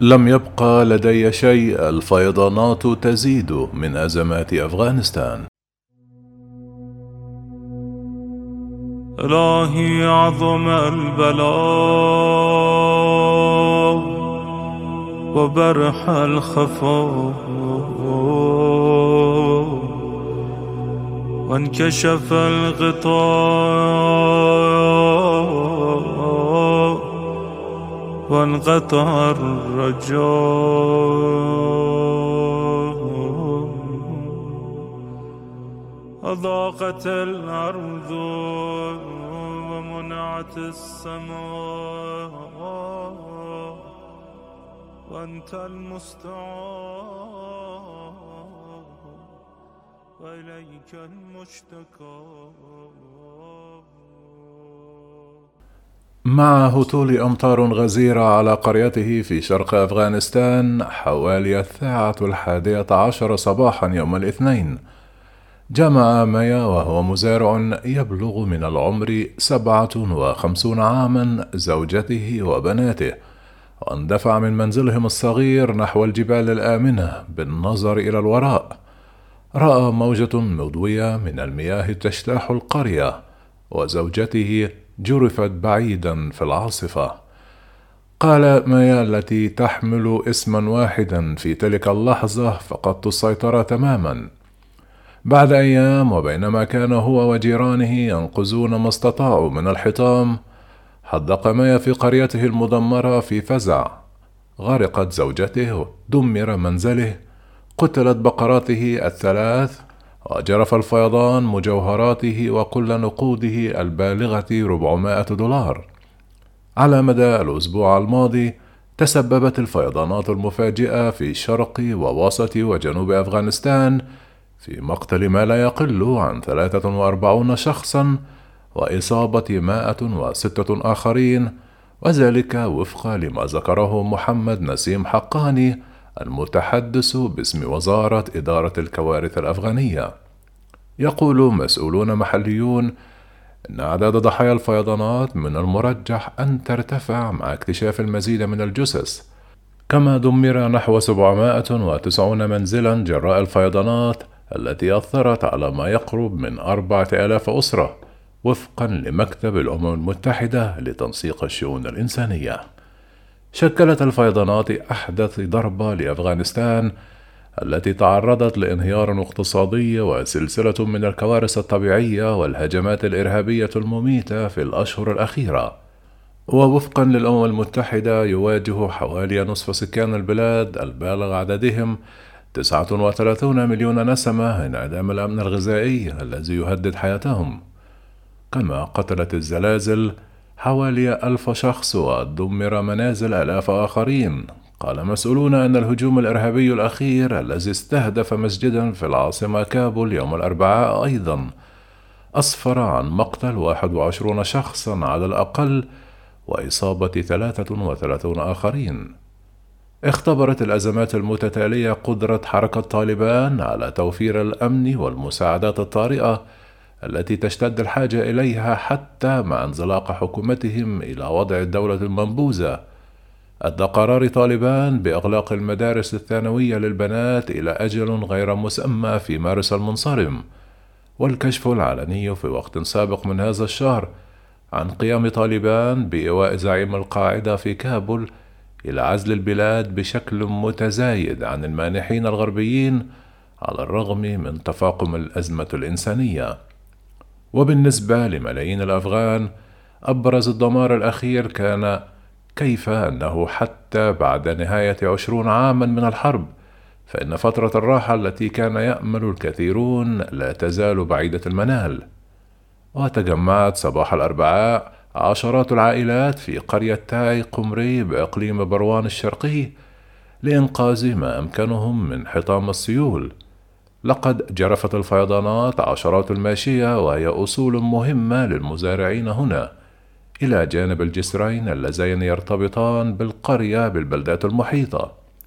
لم يبقى لدي شيء، الفيضانات تزيد من أزمات أفغانستان. إلهي عظم البلاء وبرح الخفاء وانكشف الغطاء وانقطع الرجاء أضاقت الأرض ومنعت السماء وأنت المستعان وإليك المشتكى. مع هطول أمطار غزيرة على قريته في شرق أفغانستان حوالي 11:10 صباحا يوم الاثنين، جمع مايا وهو مزارع يبلغ من العمر 57 عاما زوجته وبناته، واندفع من منزلهم الصغير نحو الجبال الآمنة. بالنظر إلى الوراء رأى موجة مضوية من المياه تجتاح القرية، وزوجته جرفت بعيدا في العاصفة. قال مايا التي تحمل اسما واحدا في تلك اللحظة: فقدت السيطرة تماما. بعد أيام، وبينما كان هو وجيرانه ينقذون ما استطاعوا من الحطام، حدق مايا في قريته المدمرة في فزع. غرقت زوجته، دمر منزله، قتلت بقراته الثلاث، وجرف الفيضان مجوهراته وكل نقوده البالغة 400 دولار. على مدى الأسبوع الماضي تسببت الفيضانات المفاجئة في شرق ووسط وجنوب أفغانستان في مقتل ما لا يقل عن 43 شخصا وإصابة 106 آخرين، وذلك وفقا لما ذكره محمد نسيم حقاني المتحدث باسم وزارة إدارة الكوارث الأفغانية. يقول مسؤولون محليون إن أعداد ضحايا الفيضانات من المرجح أن ترتفع مع اكتشاف المزيد من الجثث. كما دمر نحو 790 منزلا جراء الفيضانات التي أثرت على ما يقرب من 4000 أسرة، وفقا لمكتب الأمم المتحدة لتنسيق الشؤون الإنسانية. شكلت الفيضانات أحدث ضربة لأفغانستان التي تعرضت لانهيار اقتصادي وسلسلة من الكوارث الطبيعية والهجمات الإرهابية المميتة في الأشهر الأخيرة. ووفقا للأمم المتحدة، يواجه حوالي نصف سكان البلاد البالغ عددهم 39 مليون نسمة انعدام الأمن الغذائي الذي يهدد حياتهم. كما قتلت الزلازل حوالي 1000 شخص ودمر منازل آلاف آخرين. قال مسؤولون أن الهجوم الإرهابي الأخير الذي استهدف مسجدا في العاصمة كابول يوم الأربعاء أيضا أسفر عن مقتل 21 شخصا على الأقل وإصابة 33 آخرين. اختبرت الأزمات المتتالية قدرة حركة طالبان على توفير الأمن والمساعدات الطارئة التي تشتد الحاجة إليها حتى مع انزلاق حكومتهم إلى وضع الدولة المنبوذة. أدى قرار طالبان بإغلاق المدارس الثانوية للبنات إلى أجل غير مسمى في مارس المنصرم، والكشف العلني في وقت سابق من هذا الشهر عن قيام طالبان بإيواء زعيم القاعدة في كابول إلى عزل البلاد بشكل متزايد عن المانحين الغربيين على الرغم من تفاقم الأزمة الإنسانية. وبالنسبة لملايين الأفغان، أبرز الدمار الأخير كان كيف أنه حتى بعد نهاية 20 عاما من الحرب، فإن فترة الراحة التي كان يأمل الكثيرون لا تزال بعيدة المنال. وتجمعت صباح الأربعاء عشرات العائلات في قرية تاي قمري بإقليم بروان الشرقي لإنقاذ ما أمكنهم من حطام السيول. لقد جرفت الفيضانات عشرات الماشية، وهي أصول مهمة للمزارعين هنا، إلى جانب الجسرين اللذين يرتبطان بالقرية بالبلدات المحيطة.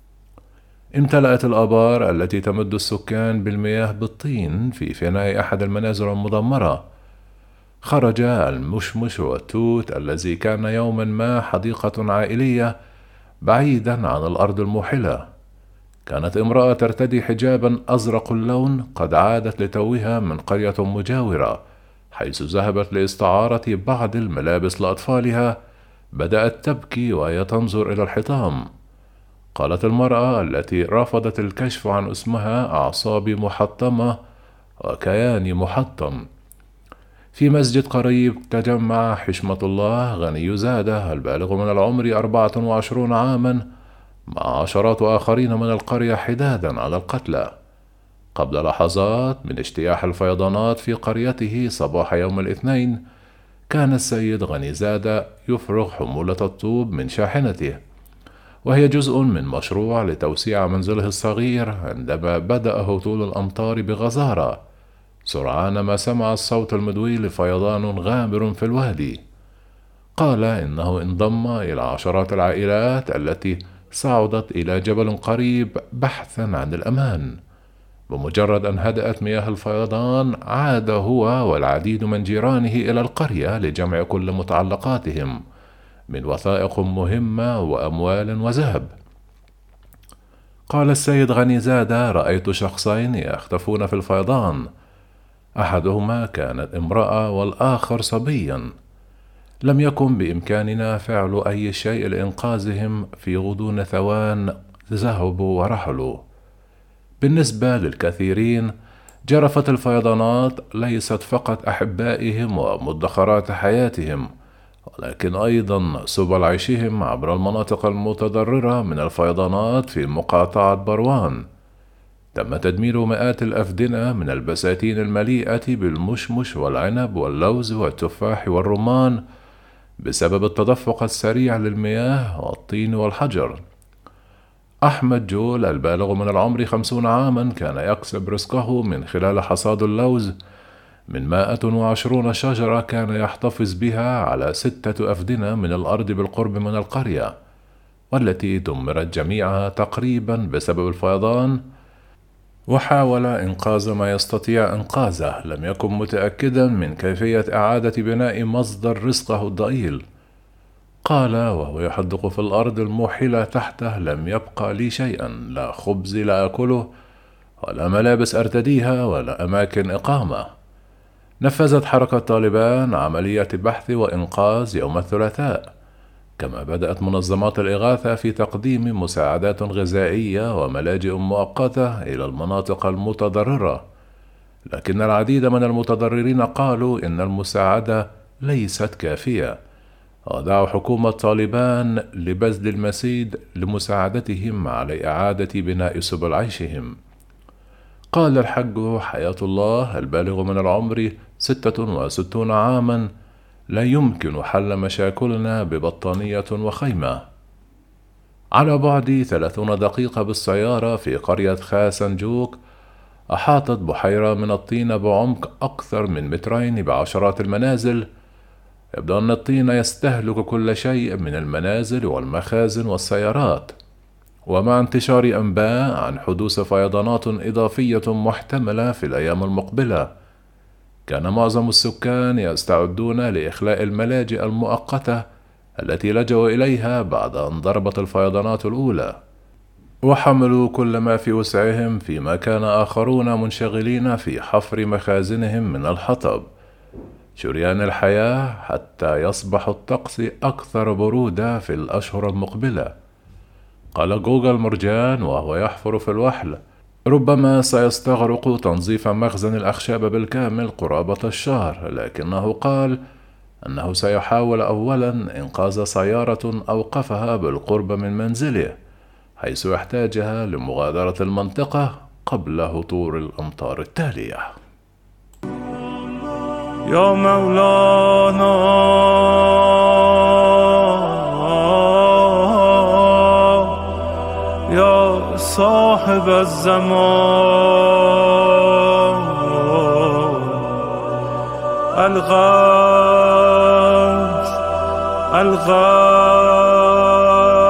امتلأت الآبار التي تمد السكان بالمياه بالطين في فناء أحد المنازل المدمرة. خرج المشمش والتوت الذي كان يوما ما حديقة عائلية بعيدا عن الأرض الموحلة. كانت امرأة ترتدي حجابا أزرق اللون قد عادت لتوها من قرية مجاورة، حيث ذهبت لاستعارة بعض الملابس لأطفالها. بدأت تبكي وهي تنظر إلى الحطام. قالت المرأة التي رفضت الكشف عن اسمها: أعصابي محطمة وكياني محطم. في مسجد قريب تجمع حشمة الله غني زادة البالغ من العمر 24 عاما مع عشرات آخرين من القرية حدادا على القتلى. قبل لحظات من اجتياح الفيضانات في قريته صباح يوم الاثنين، كان السيد غني زادة يفرغ حمولة الطوب من شاحنته، وهي جزء من مشروع لتوسيع منزله الصغير، عندما بدأ هطول الأمطار بغزارة سرعان ما سمع الصوت المدوي لفيضان غامر في الوادي. قال إنه انضم إلى عشرات العائلات التي صعدت إلى جبل قريب بحثا عن الأمان. بمجرد أن هدأت مياه الفيضان، عاد هو والعديد من جيرانه إلى القرية لجمع كل متعلقاتهم من وثائق مهمة وأموال وذهب. قال السيد غني زادة: رأيت شخصين يختفون في الفيضان، أحدهما كانت امرأة والآخر صبيا. لم يكن بإمكاننا فعل أي شيء لإنقاذهم، في غضون ثوان ذهبوا ورحلوا. بالنسبة للكثيرين، جرفت الفيضانات ليست فقط أحبائهم ومدخرات حياتهم، ولكن أيضا سبل عيشهم عبر المناطق المتضررة من الفيضانات في مقاطعة بروان. تم تدمير مئات الأفدنة من البساتين المليئة بالمشمش والعنب واللوز والتفاح والرمان بسبب التدفق السريع للمياه والطين والحجر. أحمد جول البالغ من العمر 50 عاما كان يكسب رزقه من خلال حصاد اللوز من 120 شجرة كان يحتفظ بها على 6 أفدنة من الأرض بالقرب من القرية، والتي دمرت جميعها تقريبا بسبب الفيضان. وحاول إنقاذ ما يستطيع إنقاذه، لم يكن متأكدا من كيفية إعادة بناء مصدر رزقه الضئيل. قال وهو يحدق في الأرض الموحلة تحته: لم يبقى لي شيئا، لا خبز لا أكله، ولا ملابس أرتديها، ولا أماكن إقامة. نفذت حركة طالبان عملية بحث وإنقاذ يوم الثلاثاء، كما بدأت منظمات الإغاثة في تقديم مساعدات غذائية وملاجئ مؤقتة إلى المناطق المتضررة، لكن العديد من المتضررين قالوا إن المساعدة ليست كافية، ودعوا حكومة طالبان لبذل المزيد لمساعدتهم على إعادة بناء سبل عيشهم. قال الحج حياة الله البالغ من العمر 66 عاما: لا يمكن حل مشاكلنا ببطانية وخيمة. على بعد 30 دقيقة بالسيارة في قرية خاسنجوك، أحاطت بحيرة من الطين بعمق أكثر من 2 متر بعشرات المنازل. يبدو أن الطين يستهلك كل شيء من المنازل والمخازن والسيارات، ومع انتشار أنباء عن حدوث فيضانات إضافية محتملة في الأيام المقبلة، كان معظم السكان يستعدون لإخلاء الملاجئ المؤقتة التي لجأوا إليها بعد أن ضربت الفيضانات الأولى، وحملوا كل ما في وسعهم، فيما كان آخرون منشغلين في حفر مخازنهم من الحطب، شريان الحياة، حتى يصبح الطقس أكثر برودة في الأشهر المقبلة. قال جوجل مرجان وهو يحفر في الوحل: ربما سيستغرق تنظيف مخزن الأخشاب بالكامل قرابة الشهر، لكنه قال أنه سيحاول أولا إنقاذ سيارة أوقفها بالقرب من منزله، حيث يحتاجها لمغادرة المنطقة قبل هطول الأمطار التالية. يا مولانا يا صاحب الزمان، الغوث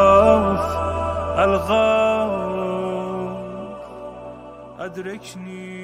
الغوث الغوث أدركني